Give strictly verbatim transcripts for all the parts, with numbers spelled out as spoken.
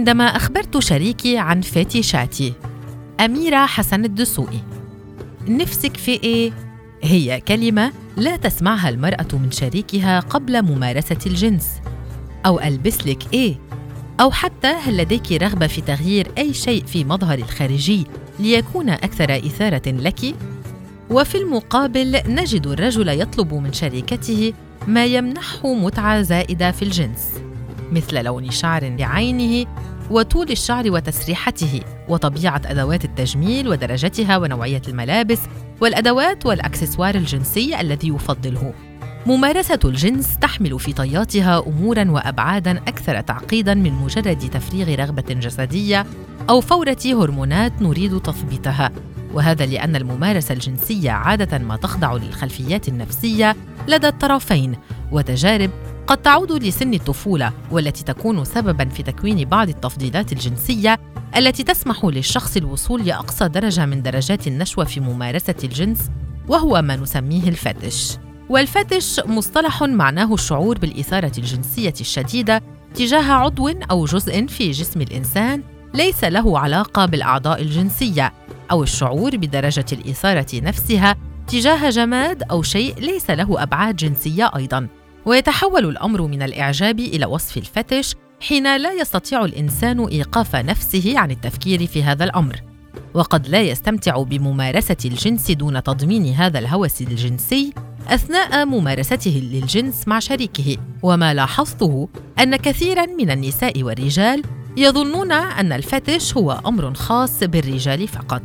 عندما أخبرت شريكي عن فتيشاتي. أميرة حسن الدسوقي. نفسك في إيه؟ هي كلمة لا تسمعها المرأة من شريكها قبل ممارسة الجنس. أو ألبس لك إيه؟ أو حتى هل لديك رغبة في تغيير أي شيء في مظهر الخارجي ليكون أكثر إثارة لك؟ وفي المقابل نجد الرجل يطلب من شريكته ما يمنحه متعة زائدة في الجنس، مثل لون شعر لعينه وطول الشعر وتسريحته وطبيعة أدوات التجميل ودرجتها ونوعية الملابس والأدوات والأكسسوار الجنسي الذي يفضله. ممارسة الجنس تحمل في طياتها أموراً وأبعاداً أكثر تعقيداً من مجرد تفريغ رغبة جسدية أو فورة هرمونات نريد تثبيتها، وهذا لأن الممارسة الجنسية عادة ما تخضع للخلفيات النفسية لدى الطرفين وتجارب قد تعود لسن الطفولة، والتي تكون سبباً في تكوين بعض التفضيلات الجنسية التي تسمح للشخص الوصول لأقصى درجة من درجات النشوة في ممارسة الجنس، وهو ما نسميه الفتش. والفتش مصطلح معناه الشعور بالإثارة الجنسية الشديدة تجاه عضو أو جزء في جسم الإنسان ليس له علاقة بالأعضاء الجنسية، أو الشعور بدرجة الإثارة نفسها تجاه جماد أو شيء ليس له أبعاد جنسية أيضاً. ويتحول الأمر من الإعجاب إلى وصف الفتش حين لا يستطيع الإنسان إيقاف نفسه عن التفكير في هذا الأمر، وقد لا يستمتع بممارسة الجنس دون تضمين هذا الهوس الجنسي أثناء ممارسته للجنس مع شريكه. وما لاحظته أن كثيراً من النساء والرجال يظنون أن الفتش هو أمر خاص بالرجال فقط.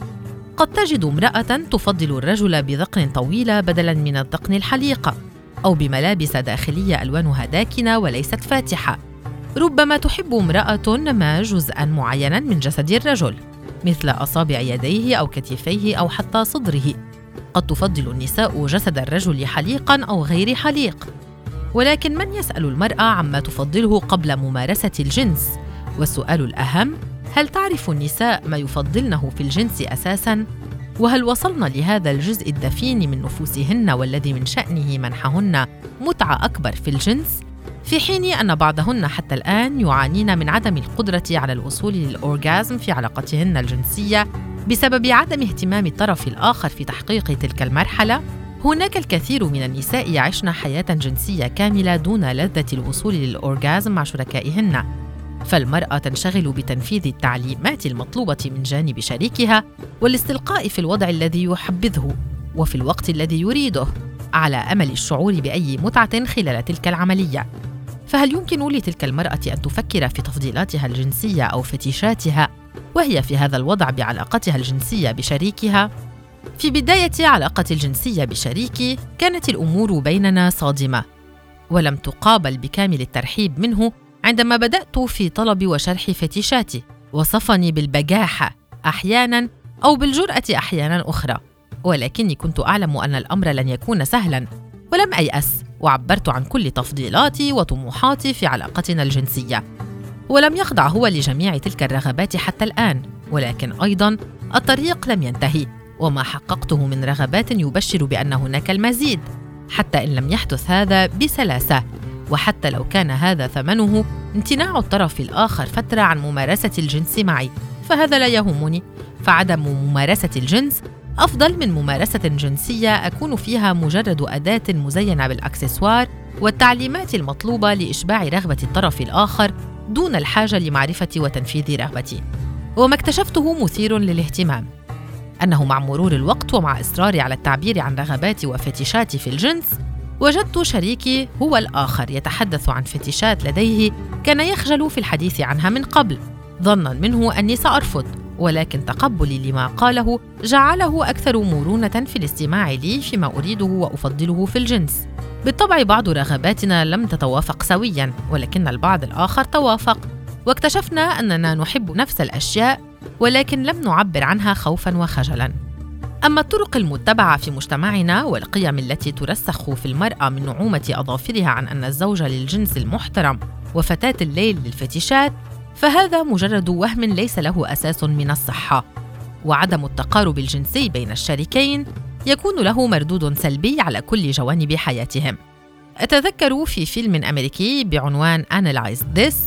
قد تجد امرأة تفضل الرجل بذقن طويلة بدلاً من الذقن الحليقة، أو بملابس داخلية ألوانها داكنة وليست فاتحة. ربما تحب امرأة ما جزءاً معيناً من جسد الرجل، مثل أصابع يديه أو كتفيه أو حتى صدره. قد تفضل النساء جسد الرجل حليقاً أو غير حليق. ولكن من يسأل المرأة عما تفضله قبل ممارسة الجنس؟ والسؤال الأهم: هل تعرف النساء ما يفضلنه في الجنس أساساً؟ وهل وصلنا لهذا الجزء الدفين من نفوسهن والذي من شأنه منحهن متعة أكبر في الجنس؟ في حين أن بعضهن حتى الآن يعانين من عدم القدرة على الوصول للأورغازم في علاقتهن الجنسية بسبب عدم اهتمام الطرف الآخر في تحقيق تلك المرحلة. هناك الكثير من النساء يعيشن حياة جنسية كاملة دون لذة الوصول للأورغازم مع شركائهن، فالمرأة تنشغل بتنفيذ التعليمات المطلوبة من جانب شريكها والاستلقاء في الوضع الذي يحبذه وفي الوقت الذي يريده، على أمل الشعور بأي متعة خلال تلك العملية. فهل يمكن لتلك المرأة أن تفكر في تفضيلاتها الجنسية أو فتيشاتها وهي في هذا الوضع بعلاقتها الجنسية بشريكها؟ في بداية علاقتي الجنسية بشريكي كانت الأمور بيننا صادمة، ولم تقابل بكامل الترحيب منه عندما بدأت في طلب وشرح فتيشاتي. وصفني بالبجاحة أحياناً أو بالجرأة أحياناً أخرى، ولكني كنت أعلم أن الأمر لن يكون سهلاً، ولم أيأس وعبرت عن كل تفضيلاتي وطموحاتي في علاقتنا الجنسية. ولم يخضع هو لجميع تلك الرغبات حتى الآن، ولكن أيضاً الطريق لم ينتهي، وما حققته من رغبات يبشر بأن هناك المزيد، حتى إن لم يحدث هذا بسلاسة. وحتى لو كان هذا ثمنه امتناع الطرف الآخر فترة عن ممارسة الجنس معي، فهذا لا يهمني، فعدم ممارسة الجنس أفضل من ممارسة جنسية أكون فيها مجرد أداة مزينة بالأكسسوار والتعليمات المطلوبة لإشباع رغبة الطرف الآخر دون الحاجة لمعرفة وتنفيذ رغبتي. وما اكتشفته مثير للاهتمام أنه مع مرور الوقت ومع إصراري على التعبير عن رغباتي وفتيشاتي في الجنس، وجدت شريكي هو الآخر يتحدث عن فتيشات لديه كان يخجل في الحديث عنها من قبل، ظناً منه أني سأرفض، ولكن تقبلي لما قاله جعله أكثر مرونة في الاستماع لي فيما أريده وأفضله في الجنس. بالطبع بعض رغباتنا لم تتوافق سوياً، ولكن البعض الآخر توافق، واكتشفنا أننا نحب نفس الأشياء ولكن لم نعبر عنها خوفاً وخجلاً. أما الطرق المتبعة في مجتمعنا والقيم التي ترسخ في المرأة من نعومة أظافرها عن أن الزوج للجنس المحترم وفتاة الليل للفتيشات، فهذا مجرد وهم ليس له أساس من الصحة. وعدم التقارب الجنسي بين الشريكين يكون له مردود سلبي على كل جوانب حياتهم. أتذكر في فيلم أمريكي بعنوان Analyze This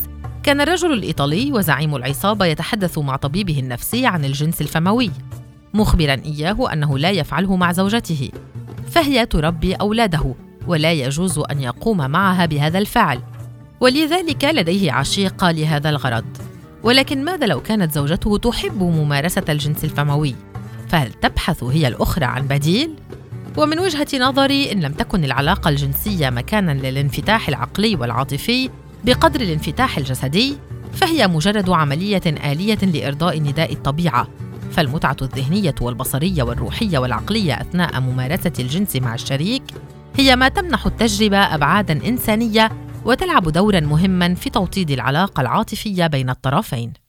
كان الرجل الإيطالي وزعيم العصابة يتحدث مع طبيبه النفسي عن الجنس الفموي، مخبراً إياه أنه لا يفعله مع زوجته، فهي تربي أولاده ولا يجوز أن يقوم معها بهذا الفعل، ولذلك لديه عشيقة لهذا الغرض. ولكن ماذا لو كانت زوجته تحب ممارسة الجنس الفموي؟ فهل تبحث هي الأخرى عن بديل؟ ومن وجهة نظري، إن لم تكن العلاقة الجنسية مكاناً للانفتاح العقلي والعاطفي بقدر الانفتاح الجسدي، فهي مجرد عملية آلية لإرضاء نداء الطبيعة. فالمتعة الذهنية والبصرية والروحية والعقلية أثناء ممارسة الجنس مع الشريك هي ما تمنح التجربة أبعاداً إنسانية وتلعب دوراً مهماً في توطيد العلاقة العاطفية بين الطرفين.